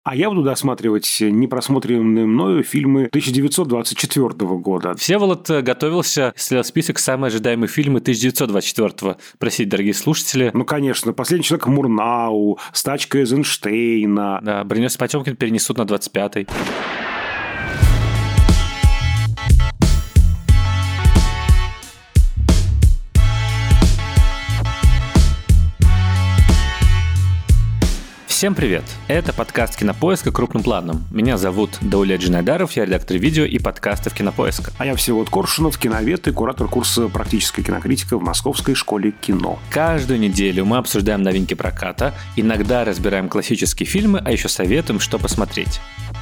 А я буду досматривать непросмотренные мною фильмы 1924 года. Всеволод готовился, следил список самые ожидаемые фильмы 1924-го. Простите, дорогие слушатели. Ну, конечно. «Последний человек» Мурнау, «Стачка Эйзенштейна». Да, «Броненосец Потемкин» перенесут на 25-й. Всем привет! Это подкаст «Кинопоиска» крупным планом. Меня зовут Даулет Джинайдаров, я редактор видео и подкастов «Кинопоиска». А я Всеволод Коршунов, киновед и куратор курса «Практическая кинокритика» в Московской школе кино. Каждую неделю мы обсуждаем новинки проката, иногда разбираем классические фильмы, а еще советуем, что посмотреть.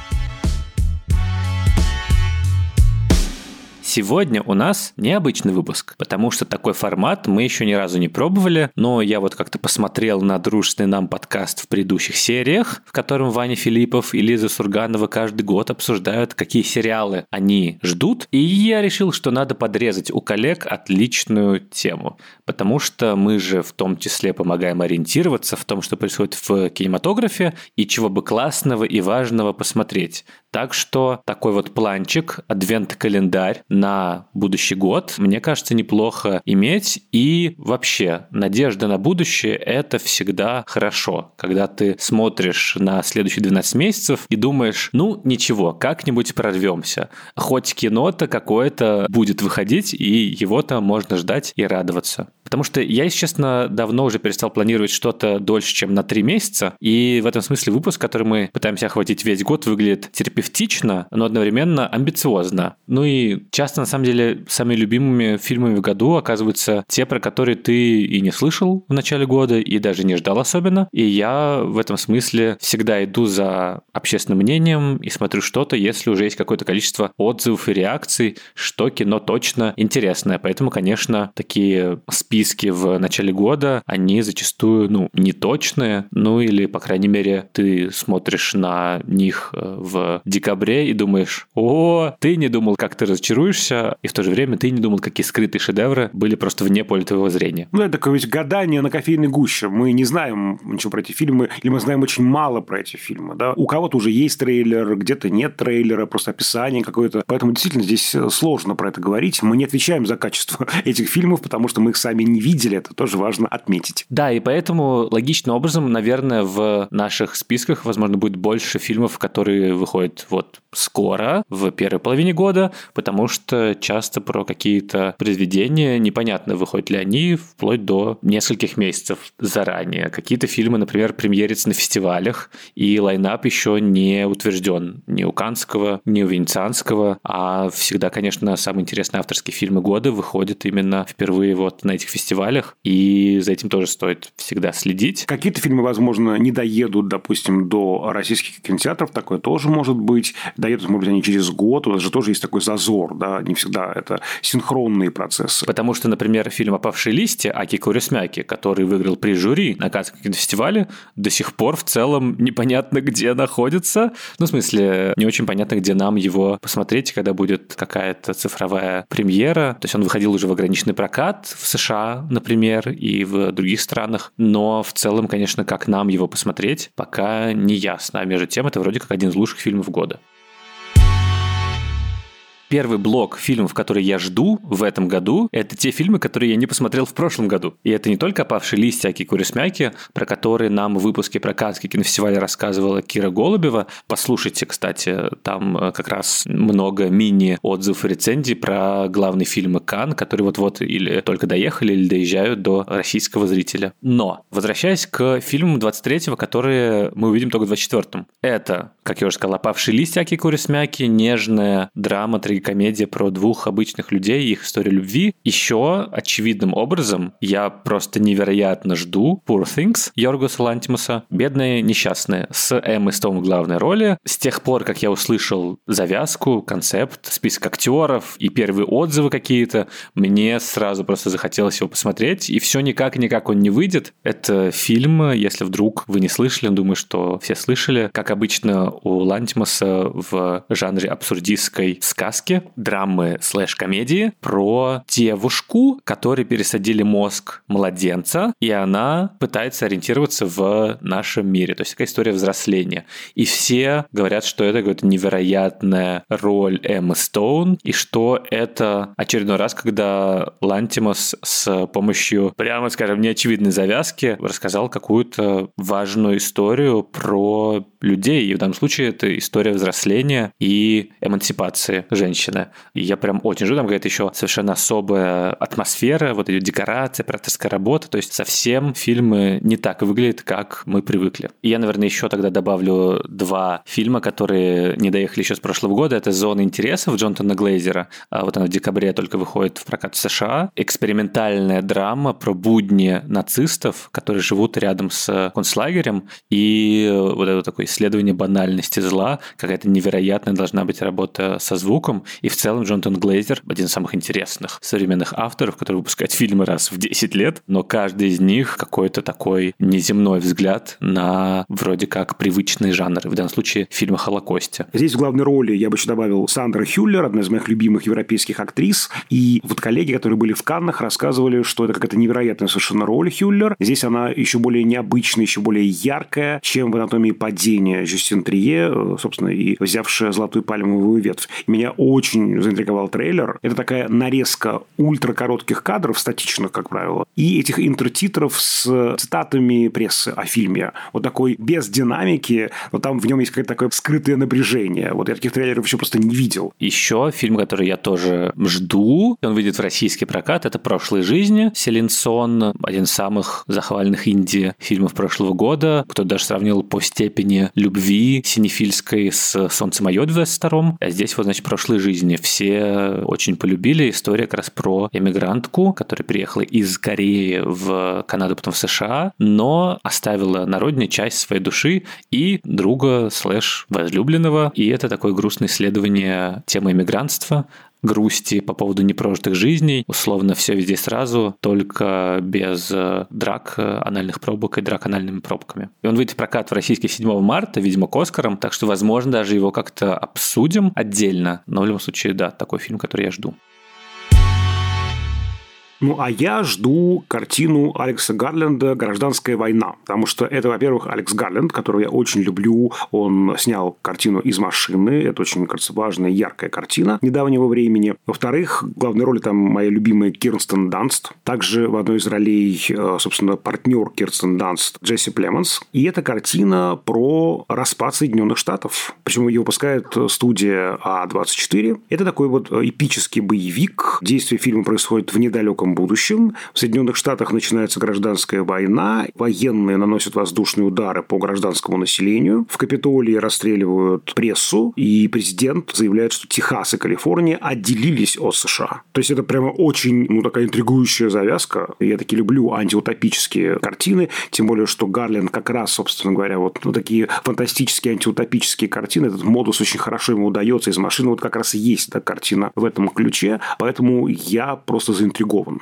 Сегодня у нас необычный выпуск, потому что такой формат мы еще ни разу не пробовали, но я вот как-то посмотрел на дружественный нам подкаст в предыдущих сериях, в котором Ваня Филиппов и Лиза Сурганова каждый год обсуждают, какие сериалы они ждут, и я решил, что надо подрезать у коллег отличную тему, потому что мы же в том числе помогаем ориентироваться в том, что происходит в кинематографе, и чего бы классного и важного посмотреть. Так что такой вот планчик, адвент-календарь на будущий год, мне кажется, неплохо иметь. И вообще, надежда на будущее – это всегда хорошо. Когда ты смотришь на следующие 12 месяцев и думаешь, ну ничего, как-нибудь прорвемся. Хоть кино-то какое-то будет выходить, и его-то можно ждать и радоваться. Потому что я, если честно, давно уже перестал планировать что-то дольше, чем на 3 месяца. И в этом смысле выпуск, который мы пытаемся охватить весь год, выглядит терапевтично, но одновременно амбициозно. Ну и часто, на самом деле, самыми любимыми фильмами в году оказываются те, про которые ты и не слышал в начале года, и даже не ждал особенно. И я в этом смысле всегда иду за общественным мнением и смотрю что-то, если уже есть какое-то количество отзывов и реакций, что кино точно интересное. Поэтому, конечно, такие списки в начале года, они зачастую, неточные, или, по крайней мере, ты смотришь на них в декабре и думаешь, ты не думал, как ты разочаруешься, и в то же время ты не думал, какие скрытые шедевры были просто вне поля твоего зрения. Это такое ведь гадание на кофейной гуще. Мы не знаем ничего про эти фильмы, или мы знаем очень мало про эти фильмы. Да? У кого-то уже есть трейлер, где-то нет трейлера, просто описание какое-то. Поэтому действительно здесь сложно про это говорить. Мы не отвечаем за качество этих фильмов, потому что мы их сами не видели, это тоже важно отметить. Да, и поэтому логичным образом, наверное, в наших списках, возможно, будет больше фильмов, которые выходят скоро, в первой половине года, потому что часто про какие-то произведения непонятно, выходят ли они вплоть до нескольких месяцев заранее. Какие-то фильмы, например, премьерятся на фестивалях, и лайнап еще не утвержден ни у Каннского, ни у Венецианского, а всегда, конечно, самые интересные авторские фильмы года выходят именно впервые на этих фестивалях, и за этим тоже стоит всегда следить. Какие-то фильмы, возможно, не доедут, допустим, до российских кинотеатров, такое тоже может быть. Доедут, может быть, они через год, у нас же тоже есть такой зазор, да, не всегда это синхронные процессы. Потому что, например, фильм «Опавшие листья» Аки Каурисмяки, который выиграл приз жюри на Каннском кинофестивале, до сих пор в целом непонятно, где находится. В смысле, не очень понятно, где нам его посмотреть, когда будет какая-то цифровая премьера. То есть он выходил уже в ограниченный прокат в США, например, и в других странах, но в целом, конечно, как нам его посмотреть, пока не ясно. А между тем, это вроде как один из лучших фильмов года. Первый блок фильмов, которые я жду в этом году, это те фильмы, которые я не посмотрел в прошлом году. И это не только «Опавшие листья» Аки Каурисмяки, про которые нам в выпуске про Каннский кинофестиваль рассказывала Кира Голубева. Послушайте, кстати, там как раз много мини-отзывов и рецензий про главные фильмы Канн, которые вот-вот или только доехали, или доезжают до российского зрителя. Но, возвращаясь к фильмам 23-го, которые мы увидим только в 24-м. Это, как я уже сказал, «Опавшие листья» Аки Каурисмяки, нежная драма, комедия про двух обычных людей и их историю любви. Еще очевидным образом я просто невероятно жду Poor Things Йоргоса Лантимуса, «Бедные несчастные», с Эммой Стоун в главной роли. С тех пор, как я услышал завязку, концепт, список актеров и первые отзывы какие-то, мне сразу просто захотелось его посмотреть, и все никак он не выйдет. Это фильм, если вдруг вы не слышали, думаю, что все слышали, как обычно у Лантимуса в жанре абсурдистской сказки завязки драмы /комедии про девушку, которой пересадили мозг младенца, и она пытается ориентироваться в нашем мире. То есть такая история взросления. И все говорят, что это какая-то невероятная роль Эммы Стоун, и что это очередной раз, когда Лантимос с помощью, прямо скажем, неочевидной завязки рассказал какую-то важную историю про людей. И в данном случае это история взросления и эмансипации женщины. И я прям очень жду, там какая-то еще совершенно особая атмосфера, вот эти декорации, операторская работа. То есть совсем фильмы не так выглядят, как мы привыкли. И я, наверное, еще тогда добавлю 2 фильма, которые не доехали еще с прошлого года. Это «Зона интересов» Джонатана Глейзера. Вот она в декабре только выходит в прокат в США. Экспериментальная драма про будни нацистов, которые живут рядом с концлагерем. И вот это такое исследование банальности зла. Какая-то невероятная должна быть работа со звуком. И в целом Джонатан Глейзер один из самых интересных современных авторов, который выпускает фильмы раз в 10 лет, но каждый из них какой-то такой неземной взгляд на вроде как привычные жанры. В данном случае фильм о Холокосте. Здесь в главной роли я бы еще добавил Сандра Хюллер, одна из моих любимых европейских актрис. И вот коллеги, которые были в Каннах, рассказывали, что это какая-то невероятная совершенно роль Хюллер. Здесь она еще более необычная, еще более яркая, чем в «Анатомии падения» Жюстин Трие, собственно, и взявшая «Золотую пальмовую ветвь». Меня очень заинтриговал трейлер. Это такая нарезка ультракоротких кадров, статичных, как правило, и этих интертитров с цитатами прессы о фильме. Вот такой без динамики, но там в нем есть какое-то такое скрытое напряжение. Вот я таких трейлеров еще просто не видел. Еще фильм, который я тоже жду, он выйдет в российский прокат, это «Прошлые жизни». Селин Сон, один из самых захваленных инди-фильмов прошлого года. Кто-то даже сравнил по степени любви синефильской с «Солнцем Айоды» в 22-м. А здесь вот, значит, «Прошлые жизни». Все очень полюбили. История как раз про эмигрантку, которая приехала из Кореи в Канаду, потом в США, но оставила на родине часть своей души и друга /возлюбленного. И это такое грустное исследование темы эмигрантства, грусти по поводу непрожитых жизней. Условно все везде сразу, только без драк анальных пробок и драк анальными пробками. И он выйдет в прокат в российский 7 марта, видимо, к Оскарам, так что, возможно, даже его как-то обсудим отдельно. Но в любом случае, да, такой фильм, который я жду. Ну, а я жду картину Алекса Гарленда «Гражданская война», потому что это, во-первых, Алекс Гарленд, которого я очень люблю. Он снял картину «Из машины». Это очень, мне кажется, важная, яркая картина недавнего времени. Во-вторых, в главной роли там моя любимая Кирстен Данст. Также в одной из ролей, собственно, партнер Кирстен Данст Джесси Племонс. И это картина про распад Соединенных Штатов. Причем ее выпускает студия А24. Это такой вот эпический боевик. Действие фильма происходит в недалеком будущем. В Соединенных Штатах начинается гражданская война. Военные наносят воздушные удары по гражданскому населению. В Капитолии расстреливают прессу. И президент заявляет, что Техас и Калифорния отделились от США. То есть это прямо очень, такая интригующая завязка. Я таки люблю антиутопические картины. Тем более, что Гарленд как раз, собственно говоря, вот такие фантастические антиутопические картины. Этот модус очень хорошо ему удается. «Из машины» вот как раз и есть эта картина в этом ключе. Поэтому я просто заинтригован.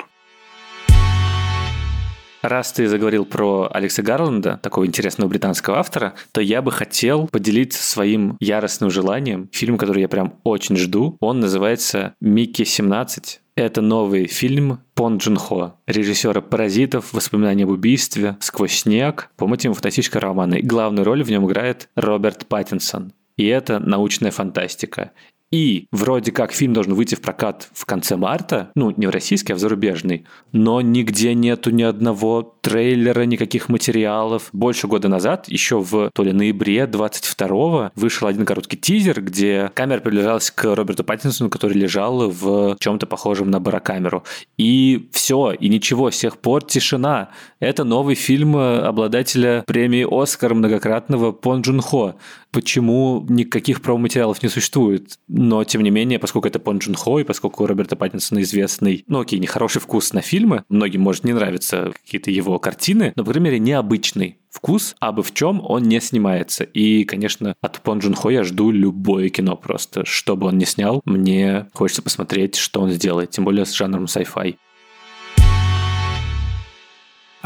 Раз ты заговорил про Алекса Гарленда, такого интересного британского автора, то я бы хотел поделиться своим яростным желанием. Фильм, который я прям очень жду, он называется «Микки-17». Это новый фильм Пон Джун Хо, режиссера «Паразитов», «Воспоминания об убийстве», «Сквозь снег», по мотивам фантастического романа. И главную роль в нем играет Роберт Паттинсон. И это научная фантастика. И вроде как фильм должен выйти в прокат в конце марта, не в российский, а в зарубежный, но нигде нету ни одного трейлера, никаких материалов. Больше года назад, еще в то ли ноябре 22-го, вышел один короткий тизер, где камера приближалась к Роберту Паттинсону, который лежал в чем-то похожем на барокамеру. И все, и ничего, с тех пор тишина. Это новый фильм обладателя премии «Оскар» многократного Пон Джун Хо. Почему никаких промо-материалов не существует? Но, тем не менее, поскольку это Пон Джун Хо, и поскольку у Роберта Паттинсона известный, нехороший вкус на фильмы, многим может не нравиться какие-то его картины, но, по крайней мере, необычный вкус, абы в чем он не снимается. И, конечно, от Пон Джун Хо я жду любое кино просто. Что бы он ни снял, мне хочется посмотреть, что он сделает, тем более с жанром sci-fi.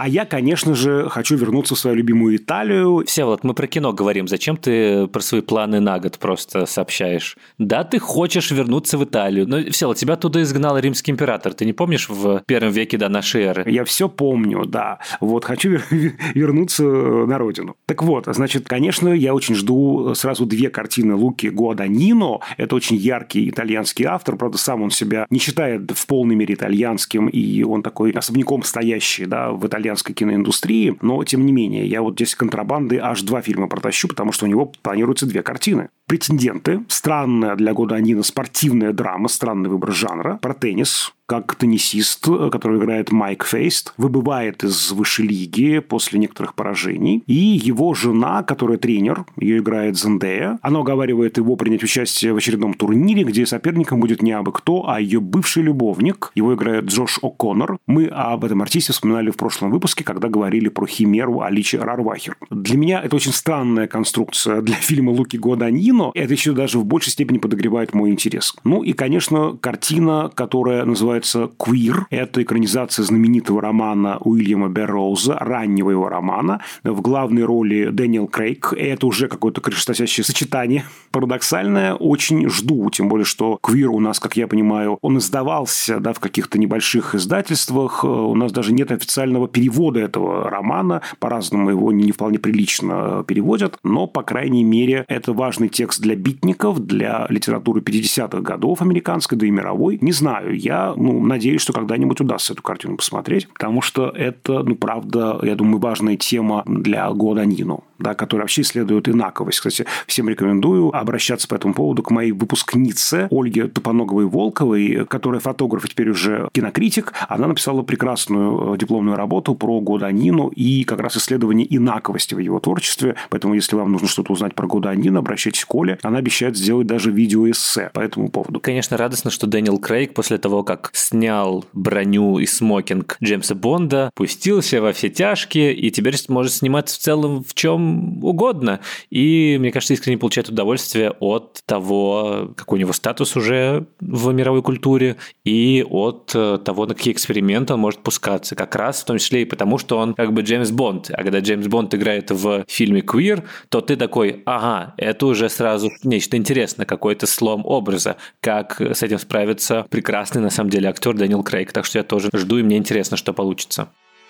А я, конечно же, хочу вернуться в свою любимую Италию. Всеволод, мы про кино говорим. Зачем ты про свои планы на год просто сообщаешь? Да, ты хочешь вернуться в Италию. Но, Всеволод, тебя туда изгнал римский император. Ты не помнишь в первом веке до нашей эры? Я все помню, да. Вот, хочу вернуться на родину. Так вот, значит, конечно, я очень жду сразу две картины Луки Гуаданино. Это очень яркий итальянский автор. Правда, сам он себя не считает в полной мере итальянским, и он такой особняком стоящий, да, в итальянской киноиндустрии. Но, тем не менее, я вот здесь контрабанды аж 2 фильма протащу, потому что у него планируется 2 картины. «Претенденты». Странная для Гуаданино спортивная драма, странный выбор жанра. Про теннис. Как теннисист, который играет Майк Фейст, выбывает из высшей лиги после некоторых поражений. И его жена, которая тренер, ее играет Зендея, она уговаривает его принять участие в очередном турнире, где соперником будет не абы кто, а ее бывший любовник. Его играет Джош О'Коннор. Мы об этом артисте вспоминали в прошлом выпуске, когда говорили про химеру Аличи Рарвахер. Для меня это очень странная конструкция для фильма Луки Гуаданино. Это еще даже в большей степени подогревает мой интерес. Ну и, конечно, картина, которая называется «Queer». Это экранизация знаменитого романа Уильяма Берроуза, раннего его романа. В главной роли Дэниел Крейг. Это уже какое-то крышесносящее сочетание. Парадоксальное. Очень жду. Тем более, что «Queer» у нас, как я понимаю, он издавался, да, в каких-то небольших издательствах. У нас даже нет официального перевода этого романа. По-разному его не вполне прилично переводят. Но, по крайней мере, это важный текст для битников, для литературы 50-х годов американской, да и мировой. Не знаю. Я надеюсь, что когда-нибудь удастся эту картину посмотреть, потому что это, правда, я думаю, важная тема для Гуаданино, да, которая вообще исследует инаковость. Кстати, всем рекомендую обращаться по этому поводу к моей выпускнице Ольге Тупоноговой-Волковой, которая фотограф и теперь уже кинокритик. Она написала прекрасную дипломную работу про Гуаданино и как раз исследование инаковости в его творчестве. Поэтому, если вам нужно что-то узнать про Гуаданино, обращайтесь к Оле. Она обещает сделать даже видеоэссе по этому поводу. Конечно, радостно, что Дэниел Крейг после того, как снял броню и смокинг Джеймса Бонда, пустился во все тяжкие и теперь может сниматься в целом в чем угодно. И, мне кажется, искренне получает удовольствие от того, какой у него статус уже в мировой культуре, и от того, на какие эксперименты он может пускаться. Как раз в том числе и потому, что он как бы Джеймс Бонд. А когда Джеймс Бонд играет в фильме «Queer», то ты такой, ага, это уже сразу нечто интересное, какой-то слом образа. Как с этим справится прекрасный, на самом деле, актер Дэниел Крейг. Так что я тоже жду, и мне интересно, что получится.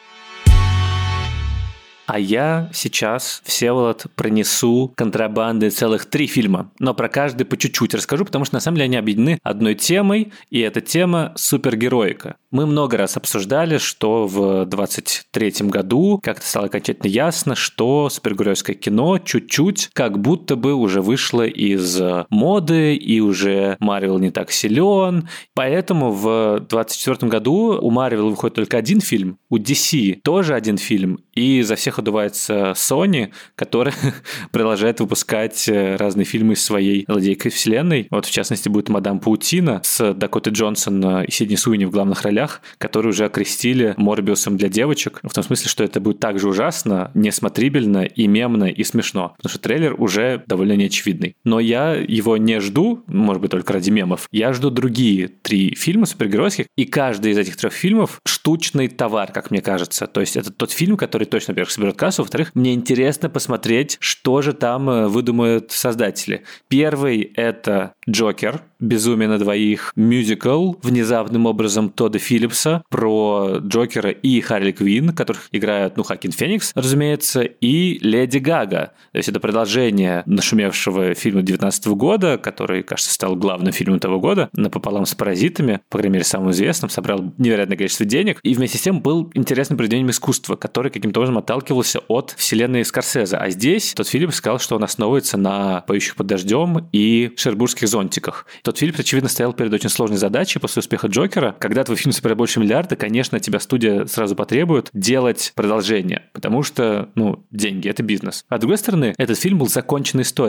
А я сейчас, Всеволод, пронесу контрабанды целых 3 фильма. Но про каждый по чуть-чуть расскажу, потому что на самом деле они объединены одной темой, и эта тема супергероика. Мы много раз обсуждали, что в 2023 году как-то стало окончательно ясно, что супергеройское кино чуть-чуть как будто бы уже вышло из моды, и уже Марвел не так силен. Поэтому в 2024 году у Марвел выходит только один фильм, у DC тоже один фильм, и за всех одувается Sony, которая продолжает выпускать разные фильмы из своей злодейской вселенной. Вот, в частности, будет «Мадам Паутина» с Дакотой Джонсон и Сидни Суини в главных ролях, которые уже окрестили Морбиусом для девочек. В том смысле, что это будет так же ужасно, несмотрибельно и мемно, и смешно. Потому что трейлер уже довольно неочевидный. Но я его не жду, может быть, только ради мемов. Я жду другие 3 фильма супергеройских, и каждый из этих 3 фильмов штучный товар, как мне кажется. То есть это тот фильм, который точно, во-первых, соберет кассу, во-вторых, мне интересно посмотреть, что же там выдумают создатели. Первый — это «Джокер», «Безумие на двоих», мюзикл внезапным образом Тодда Филлипса про Джокера и Харли Квинн, которых играют, Хоакин Феникс, разумеется, и Леди Гага. То есть это продолжение нашумевшего фильма 2019 года, который, кажется, стал главным фильмом того года, напополам с «Паразитами», по крайней мере, самым известным, собрал невероятное количество денег, и вместе с тем был интересным произведением искусства, который каким-то образом отталкивался от вселенной Скорсезе. А здесь тот Филлипс сказал, что он основывается на «Поющих под дождем» и «Шербургских зонтиках». Тот Филлипс, очевидно, стоял перед очень сложной задачей после успеха «Джокера». Когда твой фильм собирает больше миллиарда, конечно, тебя студия сразу потребует делать продолжение, потому что, деньги — это бизнес. А с другой стороны, этот фильм был законченной историей.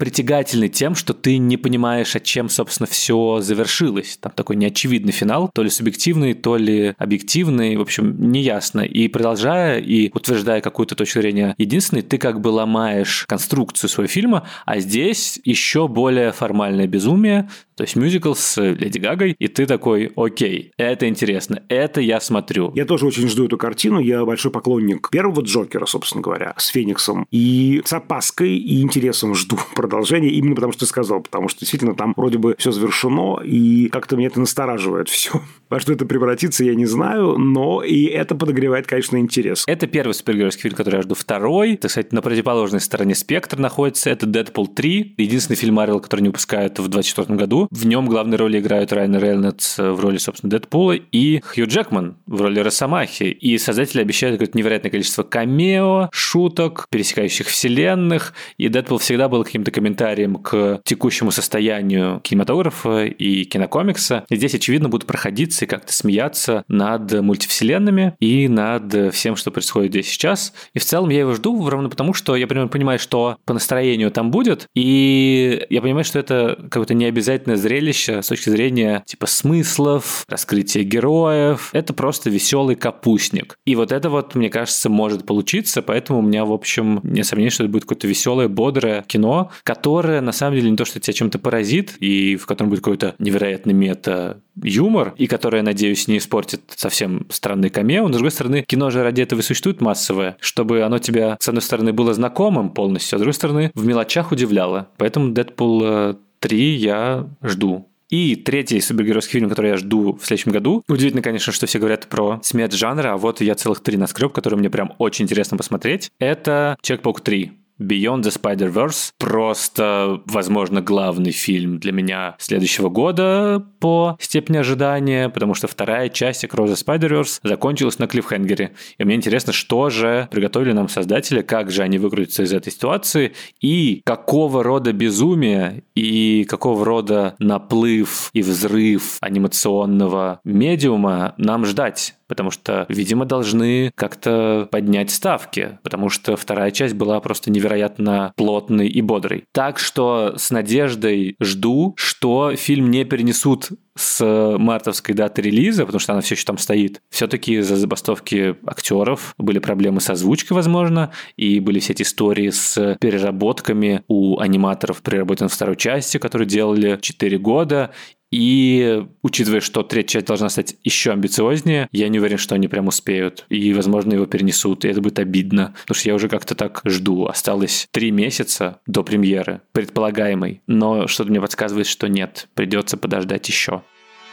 притягательный тем, что ты не понимаешь, от чем, собственно, все завершилось. Там такой неочевидный финал, то ли субъективный, то ли объективный, в общем, неясно. И продолжая и утверждая какую-то точку зрения единственной, ты как бы ломаешь конструкцию своего фильма, а здесь еще более формальное безумие, то есть мюзикл с Леди Гагой, и ты такой: окей, это интересно, это я смотрю. Я тоже очень жду эту картину, я большой поклонник первого Джокера, собственно говоря, с Фениксом, и с опаской и интересом жду продолжения, именно потому что ты сказал, потому что действительно там вроде бы все завершено, и как-то меня это настораживает все. Во что это превратится, я не знаю, но и это подогревает, конечно, интерес. Это первый супергеройский фильм, который я жду. Второй, так сказать, на противоположной стороне спектра находится, это «Дэдпул 3», единственный фильм Марвел, который не выпускают в 2024 году. В нем главные роли играют Райан Рейнольдс в роли, собственно, Дэдпула и Хью Джекман в роли Росомахи. И создатели обещают какое-то невероятное количество камео, шуток, пересекающих вселенных. И Дэдпул всегда был каким-то комментарием к текущему состоянию кинематографа и кинокомикса. И здесь, очевидно, будут проходиться и как-то смеяться над мультивселенными и над всем, что происходит здесь сейчас. И в целом я его жду ровно потому, что я примерно понимаю, что по настроению там будет. И я понимаю, что это какое-то необязательное зрелище с точки зрения типа смыслов, раскрытия героев. Это просто веселый капустник. И вот это вот, мне кажется, может получиться, поэтому у меня, в общем, нет сомнений, что это будет какое-то веселое, бодрое кино, которое, на самом деле, не то, что тебя чем-то поразит, и в котором будет какой-то невероятный мета-юмор, и которое, надеюсь, не испортит совсем странный камео, но, с другой стороны, кино же ради этого и существует массовое, чтобы оно тебя, с одной стороны, было знакомым полностью, а с другой стороны, в мелочах удивляло. Поэтому «Дэдпул 3» я жду. И третий супергеройский фильм, который я жду в следующем году. Удивительно, конечно, что все говорят про смерть жанра, а вот я целых 3 наскреб, которые мне прям очень интересно посмотреть. Это «Человек-паук 3». Beyond the Spider-Verse. Просто, возможно, главный фильм для меня следующего года по степени ожидания, потому что вторая часть Across the Spider-Verse закончилась на клиффхенгере. И мне интересно, что же приготовили нам создатели, как же они выкрутятся из этой ситуации, и какого рода безумие, и какого рода наплыв и взрыв анимационного медиума нам ждать. Потому что, видимо, должны как-то поднять ставки, потому что вторая часть была просто невероятно плотной и бодрой. Так что с надеждой жду, что фильм не перенесут с мартовской даты релиза, потому что она все еще там стоит. Все-таки из-за забастовки актеров были проблемы с озвучкой, возможно, и были все эти истории с переработками у аниматоров при работе над второй части, которые делали 4 года. И учитывая, что третья часть должна стать еще амбициознее, я не уверен, что они прям успеют. И, возможно, его перенесут, и это будет обидно. Потому что я уже как-то так жду. Осталось 3 месяца до премьеры, предполагаемой. Но что-то мне подсказывает, что нет. Придется подождать еще.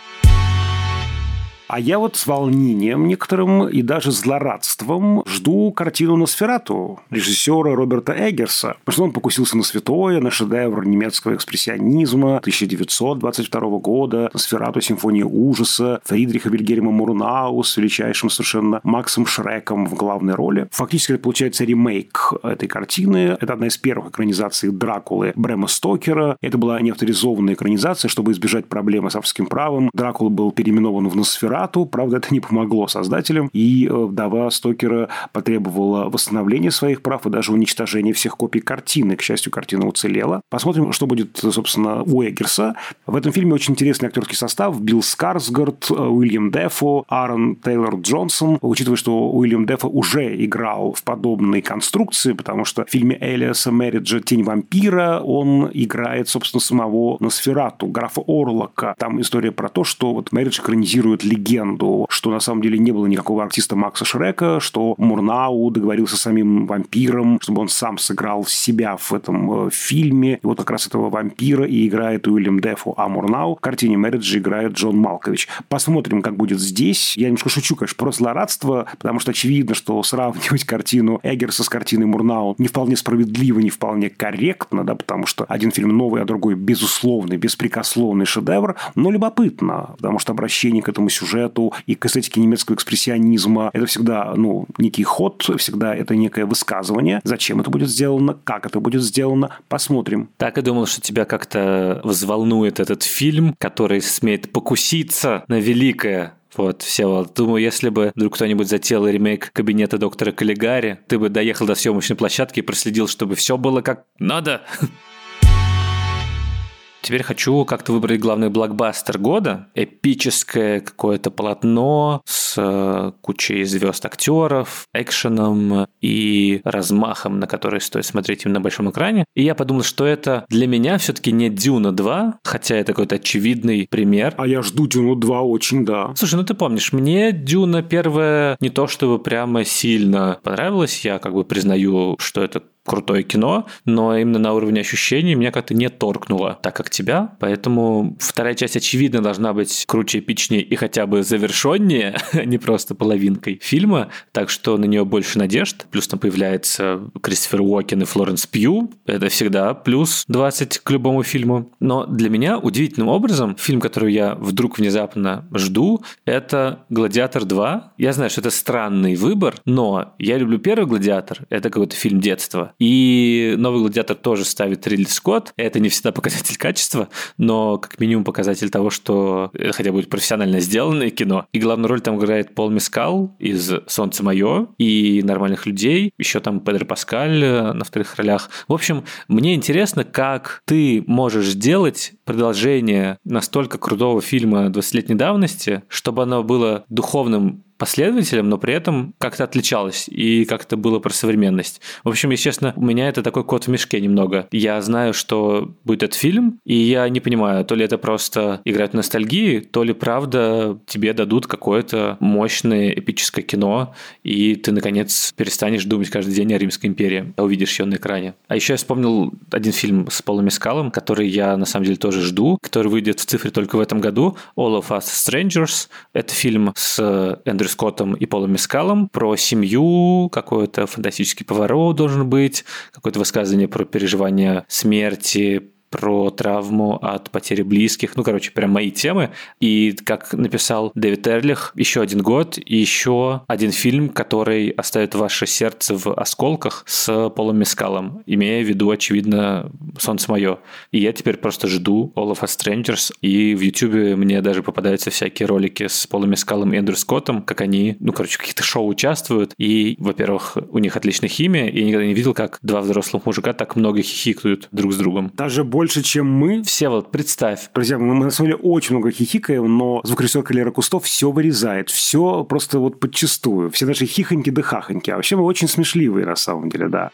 А я вот с волнением некоторым и даже злорадством жду картину «Носферату» режиссера Роберта Эггерса. Потому что он покусился на святое, на шедевр немецкого экспрессионизма 1922 года, «Носферату. Симфония ужаса», Фридриха Вильгельма Мурнау с величайшим совершенно Максом Шреком в главной роли. Фактически это получается ремейк этой картины. Это одна из первых экранизаций Дракулы Брэма Стокера. Это была неавторизованная экранизация, чтобы избежать проблемы с авторским правом. Дракула был переименован в «Носферату». Правда, это не помогло создателям, и вдова Стокера потребовала восстановления своих прав и даже уничтожения всех копий картины. К счастью, картина уцелела. Посмотрим, что будет, собственно, у Эггерса. В этом фильме очень интересный актерский состав. Билл Скарсгард, Уильям Дефо, Аарон Тейлор Джонсон. Учитывая, что Уильям Дефо уже играл в подобной конструкции, потому что в фильме Элиаса Мерриджа «Тень вампира» он играет, собственно, самого Носферату, графа Орлока. Там история про то, что вот Мерридж экранизирует легенду, что на самом деле не было никакого артиста Макса Шрека, что Мурнау договорился с самим вампиром, чтобы он сам сыграл себя в этом фильме. И вот как раз этого вампира и играет Уильям Дефо, а Мурнау в картине Мерриджа играет Джон Малкович. Посмотрим, как будет здесь. Я немножко шучу, конечно, про злорадство, потому что очевидно, что сравнивать картину Эггерса с картиной Мурнау не вполне справедливо, не вполне корректно, да, потому что один фильм новый, а другой безусловный, беспрекословный шедевр, но любопытно, потому что обращение к этому сюжету и к эстетике немецкого экспрессионизма это всегда, некий ход, всегда это некое высказывание. Зачем это будет сделано, как это будет сделано, посмотрим. Так и думал, что тебя как-то взволнует этот фильм, который смеет покуситься на великое. Вот, Всеволод, думаю, если бы вдруг кто-нибудь затеял ремейк «Кабинета доктора Каллигари», ты бы доехал до съемочной площадки и проследил, чтобы все было как надо. теперь хочу как-то выбрать главный блокбастер года. Эпическое какое-то полотно с кучей звезд актеров, экшеном и размахом, на который стоит смотреть именно на большом экране. И я подумал, что это для меня все-таки не «Дюна 2», хотя это какой-то очевидный пример. А я жду «Дюну 2» очень, да. Слушай, ну ты помнишь, мне «Дюна» первая не то чтобы прямо сильно понравилась, я как бы признаю, что это крутое кино, но именно на уровне ощущений меня как-то не торкнуло так, как тебя, поэтому вторая часть, очевидно, должна быть круче, эпичнее и хотя бы завершеннее, а не просто половинкой фильма, так что на нее больше надежд, плюс там появляется Кристофер Уокен и Флоренс Пью, это всегда плюс 20 к любому фильму, но для меня удивительным образом фильм, который я вдруг внезапно жду, это «Гладиатор 2». Я знаю, что это странный выбор, но я люблю первый «Гладиатор», это какой-то фильм детства. И новый «Гладиатор» тоже ставит Ридли Скотт. Это не всегда показатель качества, но как минимум показатель того, что это хотя бы будет профессионально сделанное кино. И главную роль там играет Пол Мескал из «Солнце мое» и «Нормальных людей». Еще там Педро Паскаль на вторых ролях. В общем, мне интересно, как ты можешь сделать продолжение настолько крутого фильма 20-летней давности, чтобы оно было духовным последователем, но при этом как-то отличалось и как-то было про современность. В общем, если честно, у меня это такой кот в мешке немного. Я знаю, что будет этот фильм, и я не понимаю, то ли это просто играть в ностальгии, то ли правда тебе дадут какое-то мощное эпическое кино, и ты, наконец, перестанешь думать каждый день о Римской империи, а увидишь ее на экране. А еще я вспомнил один фильм с Полом Мескалом, который я, на самом деле, тоже жду, который выйдет в цифре только в этом году, «All of Us Strangers». Это фильм с Эндрю Скоттом и Полом Мескалом про семью, какой-то фантастический поворот должен быть, какое-то высказывание про переживание смерти, про травму от потери близких. Ну, короче, прям мои темы. И, как написал Дэвид Эрлих, еще один год и еще один фильм, который оставит ваше сердце в осколках с Полом Мескалом, имея в виду, очевидно, «Солнце мое». И я теперь просто жду All of Us Strangers. И в Ютубе мне даже попадаются всякие ролики с Полом Мескалом и Эндрю Скоттом, как они, ну, короче, в каких-то шоу участвуют. И, во-первых, у них отличная химия. И я никогда не видел, как два взрослых мужика так много хихикают друг с другом. Даже больше, чем мы. Всеволод, представь. Друзья, мы на самом деле очень много хихикаем, но звукорежиссер Лера Кустов все вырезает, все просто вот подчистую. Все наши хихоньки да хахоньки. А вообще мы очень смешливые на самом деле, да.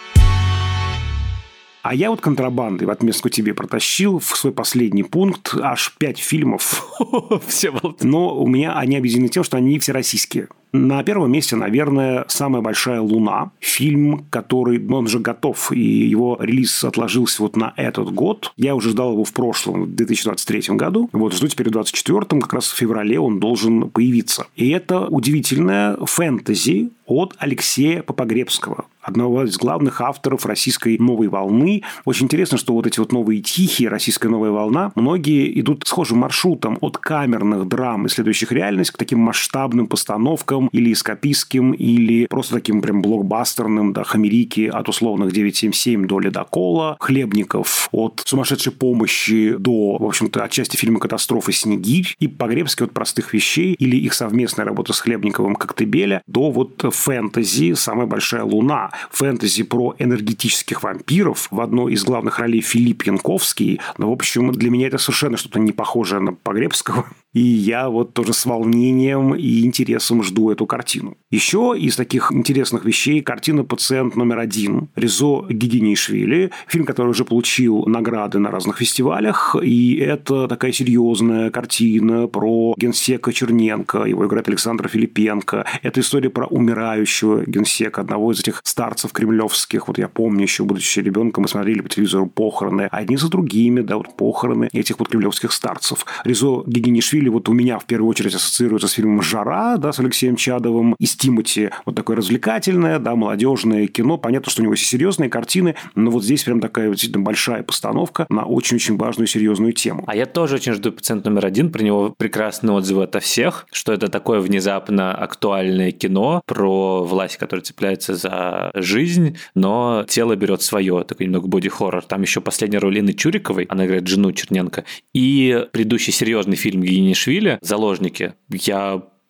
А я вот контрабандой в отместку тебе протащил в свой последний пункт аж 5 фильмов. Всеволод. Но у меня они объединены тем, что они всероссийские. На первом месте, наверное, «Самая большая луна». Фильм, который, он уже готов, и его релиз отложился вот на этот год. Я уже ждал его в прошлом, в 2023 году. Вот, жду теперь в 2024, как раз в феврале он должен появиться. И это удивительное фэнтези от Алексея Попогребского, одного из главных авторов российской новой волны. Очень интересно, что вот эти вот новые тихие, российская новая волна, многие идут схожим маршрутом от камерных драм, исследующих реальность, к таким масштабным постановкам или эскапистским, или просто таким прям блокбастерным, да, «Хамерики» от условных 977 до «Ледокола», «Хлебников» от «Сумасшедшей помощи» до, в общем-то, отчасти фильма «Катастрофа. Снегирь», и Погребский от «Простых вещей» или их совместная работа с Хлебниковым «Коктебеля» до вот фэнтези «Самая большая луна». Фэнтези про энергетических вампиров. В одной из главных ролей Филипп Янковский. Но, в общем, для меня это совершенно что-то не похожее на Погребского. И я вот тоже с волнением и интересом жду эту картину. Еще из таких интересных вещей картина «Пациент номер 1» Резо Гигинеишвили. Фильм, который уже получил награды на разных фестивалях. И это такая серьезная картина про генсека Черненко. Его играет Александр Филипенко. Это история про умирающего генсека, одного из этих старцев кремлевских. Вот я помню, еще будучи ребенком, мы смотрели по телевизору похороны. Одни за другими, да, вот похороны этих вот кремлевских старцев. Резо Гигинеишвили вот у меня в первую очередь ассоциируется с фильмом «Жара», да, с Алексеем Чадовым, и с Тимати. Вот такое развлекательное, да, молодежное кино. Понятно, что у него есть и серьезные картины, но вот здесь прям такая действительно большая постановка на очень-очень важную и серьезную тему. А я тоже очень жду «Пациент номер 1». Про него прекрасные отзывы ото всех, что это такое внезапно актуальное кино про власть, которая цепляется за жизнь, но тело берет свое. Такой немного боди-хоррор. Там еще последняя роль Инны Чуриковой, она играет жену Черненко, и предыдущий серьезный фильм Гигинеишвили «Заложники». Я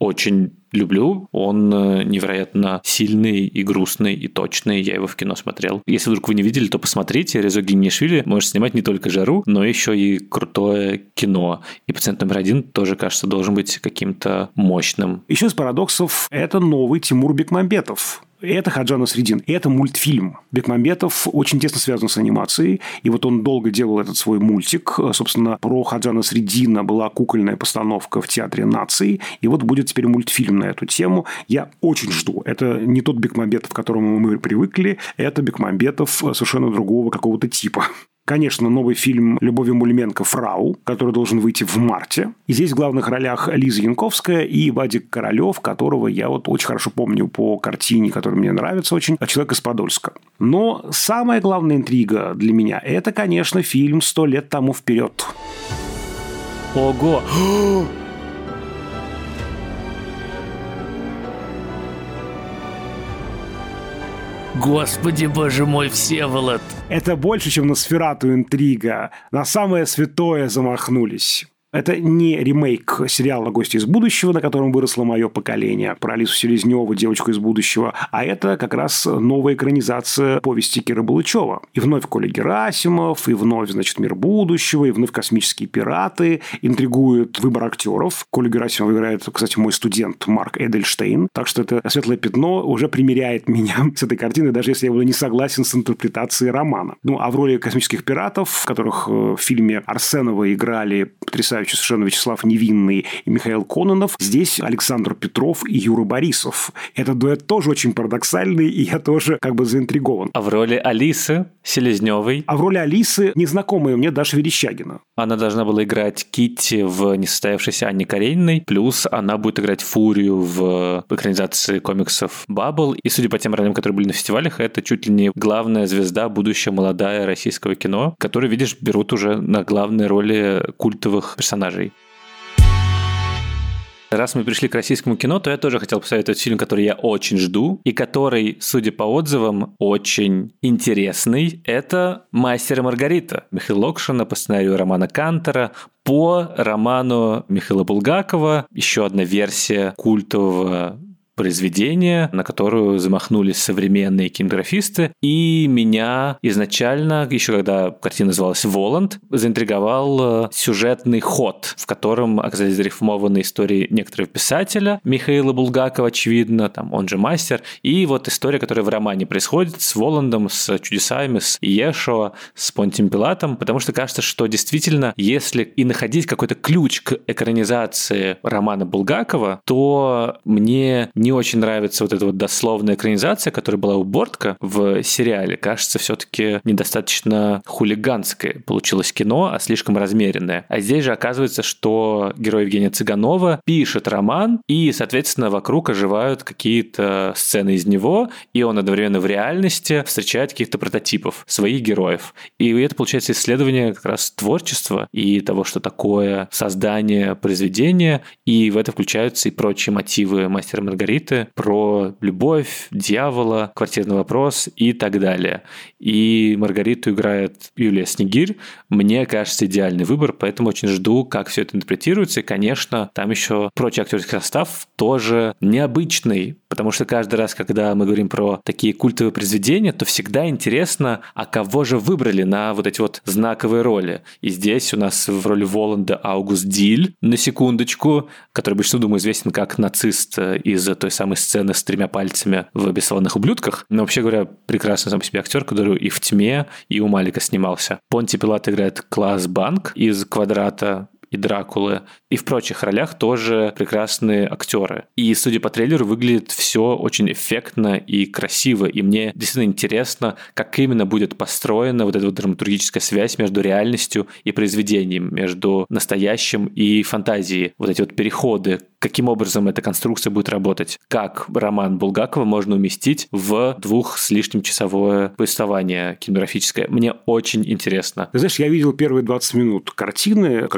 очень люблю. Он невероятно сильный и грустный, и точный. Я его в кино смотрел. Если вдруг вы не видели, то посмотрите. Резо Гиньяшвили может снимать не только жару, но еще и крутое кино. И «Пациент номер 1» тоже, кажется, должен быть каким-то мощным. Еще из парадоксов – это новый Тимур Бекмамбетов. Это Хаджа Насреддин. Это мультфильм. Бекмамбетов очень тесно связан с анимацией. И вот он долго делал этот свой мультик. Собственно, про Хаджа Насреддина была кукольная постановка в Театре наций. И вот будет теперь мультфильм на эту тему. Я очень жду. Это не тот Бекмамбетов, к которому мы привыкли. Это Бекмамбетов совершенно другого какого-то типа. Конечно, новый фильм Любови Мулименко «Фрау», который должен выйти в марте. И здесь в главных ролях Лиза Янковская и Вадик Королев, которого я вот очень хорошо помню по картине, которая мне нравится очень, «Человек из Подольска». Но самая главная интрига для меня – это, конечно, фильм «100 лет тому вперед». Ого! Господи, боже мой, Всеволод! Это больше, чем «Носферату» интрига. На самое святое замахнулись. Это не ремейк сериала «Гости из будущего», на котором выросло мое поколение, про Алису Селезневу, девочку из будущего, а это как раз новая экранизация повести Киры Балычева. И вновь Коля Герасимов, и вновь, значит, «Мир будущего», и вновь «Космические пираты». Интригует выбор актеров. Коля Герасимов играет, кстати, мой студент Марк Эдельштейн. Так что это «Светлое пятно» уже примиряет меня с этой картиной, даже если я буду не согласен с интерпретацией романа. Ну, а в роли «Космических пиратов», в которых в фильме Арсенова играли потрясающие совершенно Вячеслав Невинный и Михаил Кононов. Здесь Александр Петров и Юра Борисов. Этот дуэт тоже очень парадоксальный, и я тоже как бы заинтригован. А в роли Алисы Селезневой? А в роли Алисы незнакомая мне Даша Верещагина. Она должна была играть Китти в несостоявшейся Анне Карениной, плюс она будет играть Фурию в экранизации комиксов «Баббл». И судя по тем ролям, которые были на фестивалях, это чуть ли не главная звезда, будущая молодая российского кино, которые, видишь, берут уже на главные роли культовых персонажей. Раз мы пришли к российскому кино, то я тоже хотел посоветовать фильм, который я очень жду, и который, судя по отзывам, очень интересный. Это «Мастер и Маргарита» Михаила Локшина по сценарию Романа Кантера, по роману Михаила Булгакова. Еще одна версия культового произведение, на которую замахнулись современные кинематографисты. И меня изначально, еще когда картина называлась «Воланд», заинтриговал сюжетный ход, в котором оказались зарифмованы истории некоторого писателя, Михаила Булгакова, очевидно, там, он же мастер, и вот история, которая в романе происходит с Воландом, с чудесами, с Иешуа, с Понтием Пилатом, потому что кажется, что действительно, если и находить какой-то ключ к экранизации романа Булгакова, то мне не очень нравится вот эта вот дословная экранизация, которая была у Бортко в сериале. Кажется, все-таки недостаточно хулиганское получилось кино, а слишком размеренное. А здесь же оказывается, что герой Евгения Цыганова пишет роман, и, соответственно, вокруг оживают какие-то сцены из него, и он одновременно в реальности встречает каких-то прототипов своих героев. И это, получается, исследование как раз творчества и того, что такое создание произведения, и в это включаются и прочие мотивы «Мастера и Маргариты», про любовь, дьявола, квартирный вопрос и так далее. И Маргариту играет Юлия Снегирь. Мне кажется, идеальный выбор, поэтому очень жду, как все это интерпретируется. И, конечно, там еще прочий актерский состав тоже необычный, потому что каждый раз, когда мы говорим про такие культовые произведения, то всегда интересно, а кого же выбрали на вот эти вот знаковые роли. И здесь у нас в роли Воланда Аугуст Диль, на секундочку, который большинству, думаю, известен как нацист из той самой сцены с 3 пальцами в «Бесславных ублюдках». Но вообще говоря, прекрасный сам по себе актер, который и в «Тьме», и у Малика снимался. Понти Пилат играет Клаас Банк из «Квадрата» и Дракулы, и в прочих ролях тоже прекрасные актеры. И, судя по трейлеру, выглядит все очень эффектно и красиво, и мне действительно интересно, как именно будет построена вот эта вот драматургическая связь между реальностью и произведением, между настоящим и фантазией. Вот эти вот переходы, каким образом эта конструкция будет работать, как роман Булгакова можно уместить в 2 с лишним часовое повествование кинематографическое. Мне очень интересно. Ты знаешь, я видел первые 20 минут картины, когда мы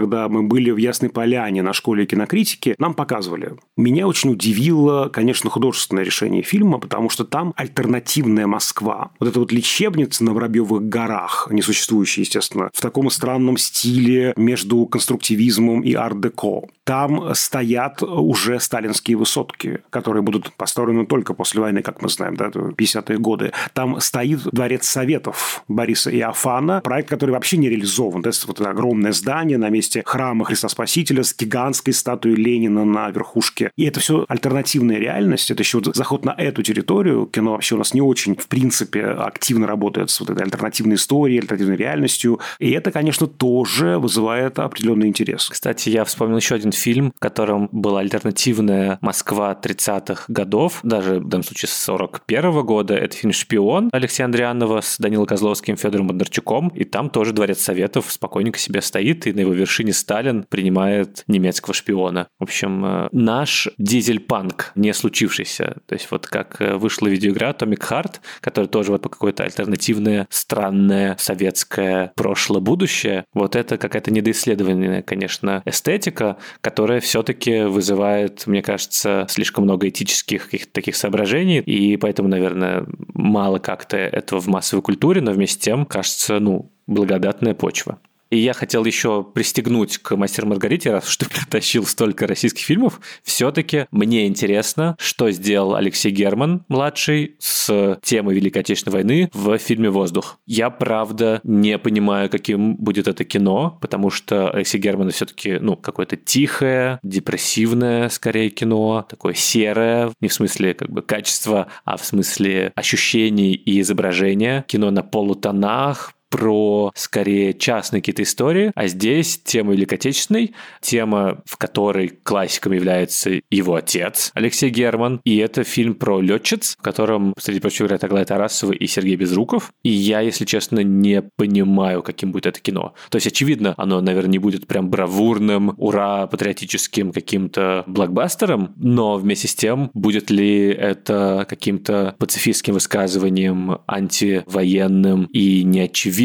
были в Ясной Поляне на школе кинокритики, нам показывали. Меня очень удивило, конечно, художественное решение фильма, потому что там альтернативная Москва. Вот эта вот лечебница на Воробьевых горах, несуществующая, естественно, в таком странном стиле между конструктивизмом и арт-деко. Там стоят уже сталинские высотки, которые будут построены только после войны, как мы знаем, да, 50-е годы. Там стоит Дворец Советов Бориса Иофана, проект, который вообще не реализован. Это вот огромное здание на месте храма Христа Спасителя с гигантской статуей Ленина на верхушке. И это все альтернативная реальность. Это еще вот заход на эту территорию. Кино вообще у нас не очень, в принципе, активно работает с вот этой альтернативной историей, альтернативной реальностью. И это, конечно, тоже вызывает определенный интерес. Кстати, я вспомнил еще один фильм, в котором была альтернативная Москва 30-х годов, даже в данном случае с 41-го года. Это фильм «Шпион» Алексея Андрианова с Данилой Козловским, Федором Бондарчуком. И там тоже Дворец Советов спокойненько себе стоит, и на его вершине Сталин принимает немецкого шпиона. В общем, наш дизель-панк, не случившийся. То есть вот как вышла видеоигра Atomic Heart, которая тоже вот какое-то альтернативное, странное советское прошлое-будущее. Вот это какая-то недоисследованная, конечно, эстетика, которая все-таки вызывает, мне кажется, слишком много этических каких-то таких соображений, и поэтому, наверное, мало как-то этого в массовой культуре, но вместе с тем, кажется, благодатная почва. И я хотел еще пристегнуть к «Мастеру и Маргарите», раз уж ты притащил столько российских фильмов, все-таки мне интересно, что сделал Алексей Герман, младший, с темой Великой Отечественной войны в фильме «Воздух». Я, правда, не понимаю, каким будет это кино, потому что Алексей Герман все-таки, какое-то тихое, депрессивное, скорее, кино, такое серое, не в смысле качества, а в смысле ощущений и изображения. Кино на полутонах, про, скорее, частные какие-то истории, а здесь тема Великой Отечественной, тема, в которой классиком является его отец Алексей Герман, и это фильм про летчиц, в котором, среди прочего, играют Аглая Тарасова и Сергей Безруков, и я, если честно, не понимаю, каким будет это кино. То есть, очевидно, оно, наверное, не будет прям бравурным, ура, патриотическим каким-то блокбастером, но вместе с тем, будет ли это каким-то пацифистским высказыванием, антивоенным и неочевидным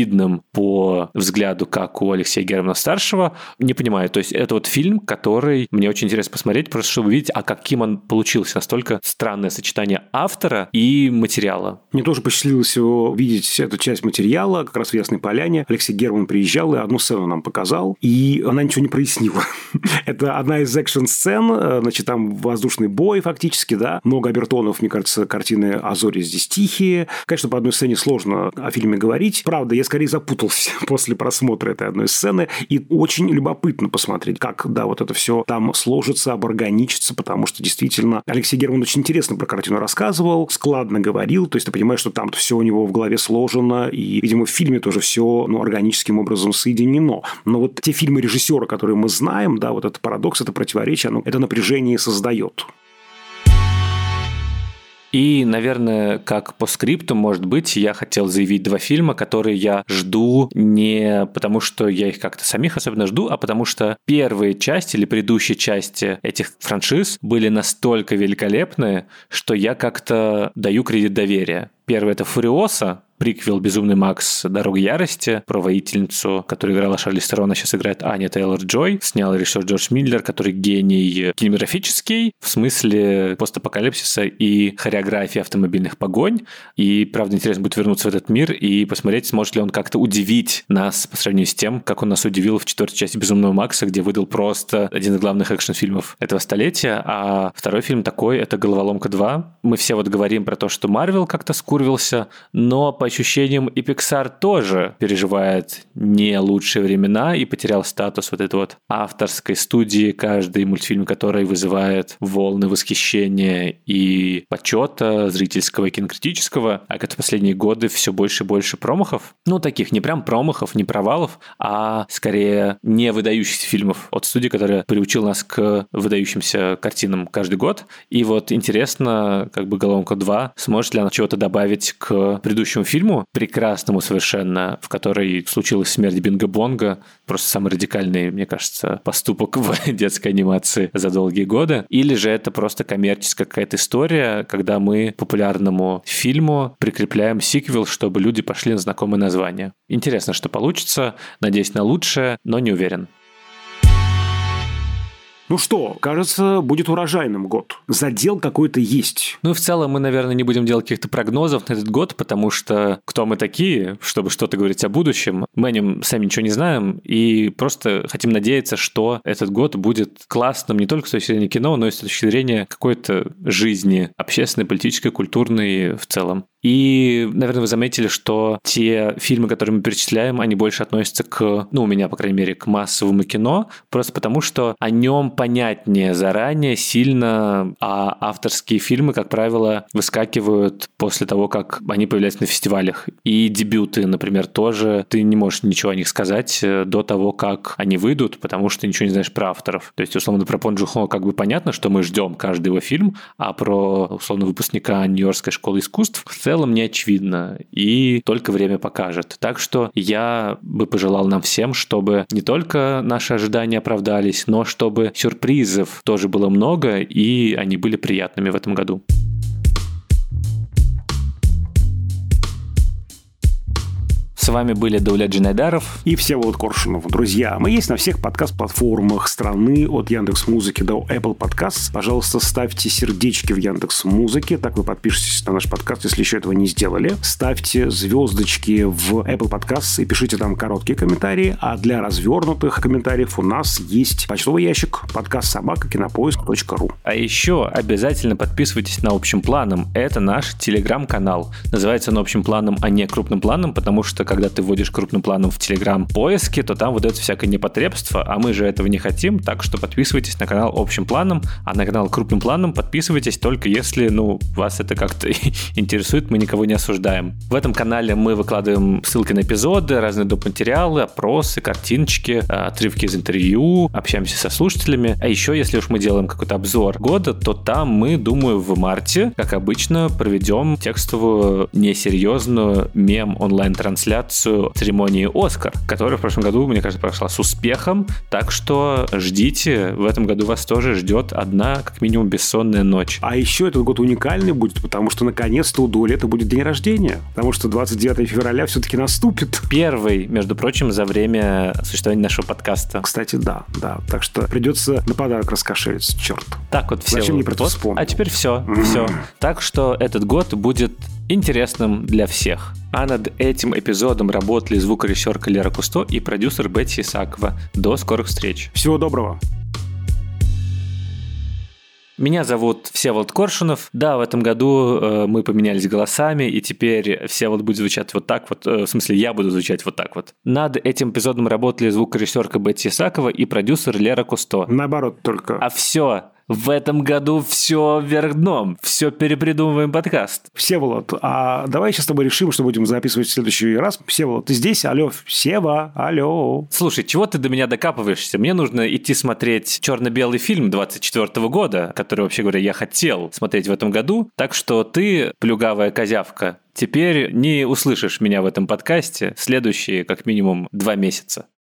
по взгляду, как у Алексея Германа-старшего, не понимаю. То есть это вот фильм, который мне очень интересно посмотреть, просто чтобы увидеть, каким он получился. Настолько странное сочетание автора и материала. Мне тоже посчастливилось его видеть эту часть материала, как раз в Ясной Поляне. Алексей Герман приезжал и одну сцену нам показал, и она ничего не прояснила. Это одна из экшн-сцен, значит, там воздушный бой фактически, да, много обертонов, мне кажется, картины «А зори здесь тихие». Конечно, по одной сцене сложно о фильме говорить. Правда, я скорее запутался после просмотра этой одной сцены, и очень любопытно посмотреть, как, вот это все там сложится, оборганичится, потому что действительно Алексей Герман очень интересно про картину рассказывал, складно говорил, то есть ты понимаешь, что там все у него в голове сложено, и, видимо, в фильме тоже все, органическим образом соединено. Но вот те фильмы режиссера, которые мы знаем, да, вот этот парадокс, это противоречие, это напряжение создает. И, наверное, как по скрипту, может быть, я хотел заявить два фильма, которые я жду не потому, что я их как-то самих особенно жду, а потому что первые части или предыдущие части этих франшиз были настолько великолепные, что я как-то даю кредит доверия. Первый – это «Фуриоса», приквел «Безумный Макс. Дорога ярости», про воительницу, которую играла Шарлиз Терон, а сейчас играет Аня Тейлор-Джой. Снял режиссер Джордж Миллер, который гений кинематографический, в смысле постапокалипсиса и хореографии автомобильных погонь. И, правда, интересно будет вернуться в этот мир и посмотреть, сможет ли он как-то удивить нас по сравнению с тем, как он нас удивил в 4-й части «Безумного Макса», где выдал просто один из главных экшн-фильмов этого столетия. А второй фильм такой – это «Головоломка 2». Мы все говорим про то, что Марвел как-то скурвился, но по ощущениям и Pixar тоже переживает не лучшие времена и потерял статус вот этой вот авторской студии, каждый мультфильм, который вызывает волны восхищения и почета зрительского и кинокритического, а как-то последние годы все больше и больше промахов. Таких не прям промахов, не провалов, а скорее не выдающихся фильмов от студии, которая приучила нас к выдающимся картинам каждый год. И вот интересно, «Головоломка 2», сможет ли она чего-то добавить к предыдущему фильму, прекрасному совершенно, в которой случилась смерть Бинго Бонго, просто самый радикальный, мне кажется, поступок в детской анимации за долгие годы, или же это просто коммерческая какая-то история, когда мы популярному фильму прикрепляем сиквел, чтобы люди пошли на знакомое название. Интересно, что получится, надеюсь на лучшее, но не уверен. Ну что, кажется, будет урожайным год. Задел какой-то есть. Ну и в целом мы, наверное, не будем делать каких-то прогнозов на этот год, потому что кто мы такие, чтобы что-то говорить о будущем? Мы о нем сами ничего не знаем и просто хотим надеяться, что этот год будет классным не только с точки зрения кино, но и с точки зрения какой-то жизни, общественной, политической, культурной в целом. И, наверное, вы заметили, что те фильмы, которые мы перечисляем, они больше относятся к, ну, у меня, по крайней мере, к массовому кино, просто потому что о нем понятнее заранее сильно, а авторские фильмы, как правило, выскакивают после того, как они появляются на фестивалях. И дебюты, например, тоже ты не можешь ничего о них сказать до того, как они выйдут, потому что ничего не знаешь про авторов. То есть, условно, про Пон Джун Хо как бы понятно, что мы ждем каждый его фильм, а про, условно, выпускника Нью-Йоркской школы искусств в целом не очевидно, и только время покажет. Так что я бы пожелал нам всем, чтобы не только наши ожидания оправдались, но чтобы сюрпризов тоже было много, и они были приятными в этом году. С вами были Даулет Джинайдаров и Всеволод Коршунов. Друзья, мы есть на всех подкаст-платформах страны, от Яндекс.Музыки до Apple Podcasts. Пожалуйста, ставьте сердечки в Яндекс.Музыке, так вы подпишетесь на наш подкаст, если еще этого не сделали. Ставьте звездочки в Apple Podcasts и пишите там короткие комментарии. А для развернутых комментариев у нас есть почтовый ящик подкаст@кинопоиск.ру. А еще обязательно подписывайтесь на «Общим планом». Это наш телеграм-канал. Называется он «Общим планом», а не «Крупным планом», потому что когда ты вводишь крупным планом в Telegram-поиске, то там выдается всякое непотребство, а мы же этого не хотим, так что подписывайтесь на канал общим планом, а на канал крупным планом подписывайтесь только если, вас это как-то интересует, мы никого не осуждаем. В этом канале мы выкладываем ссылки на эпизоды, разные доп. Материалы, опросы, картиночки, отрывки из интервью, общаемся со слушателями. А еще, если уж мы делаем какой-то обзор года, то там мы, думаю, в марте, как обычно, проведем текстовую, несерьезную мем-онлайн-трансляцию церемонии «Оскар», которая в прошлом году, мне кажется, прошла с успехом, так что ждите, в этом году вас тоже ждет одна, как минимум, бессонная ночь. А еще этот год уникальный будет, потому что наконец-то у Даулета будет день рождения, потому что 29 февраля все-таки наступит. Первый, между прочим, за время существования нашего подкаста. Кстати, да, так что придется на подарок раскошелиться, черт. Так вот, все. Зачем мне про это вспомнил? А теперь все. Так что этот год будет интересным для всех. А над этим эпизодом работали звукорежиссерка Лера Кусто и продюсер Бетти Исакова. До скорых встреч. Всего доброго. Меня зовут Всеволод Коршунов. Да, в этом году мы поменялись голосами, и теперь Всеволод будет звучать вот так вот. В смысле, я буду звучать вот так вот. Над этим эпизодом работали звукорежиссерка Бетти Исакова и продюсер Лера Кусто. Наоборот только. А все. В этом году все вверх дном. Все перепридумываем подкаст. Всеволод, а давай сейчас с тобой решим, что будем записывать в следующий раз. Всеволод, ты здесь? Алло, Сева, алло. Слушай, чего ты до меня докапываешься? Мне нужно идти смотреть черно-белый фильм 24 года, который, вообще говоря, я хотел смотреть в этом году. Так что ты, плюгавая козявка, теперь не услышишь меня в этом подкасте следующие, как минимум, 2 месяца.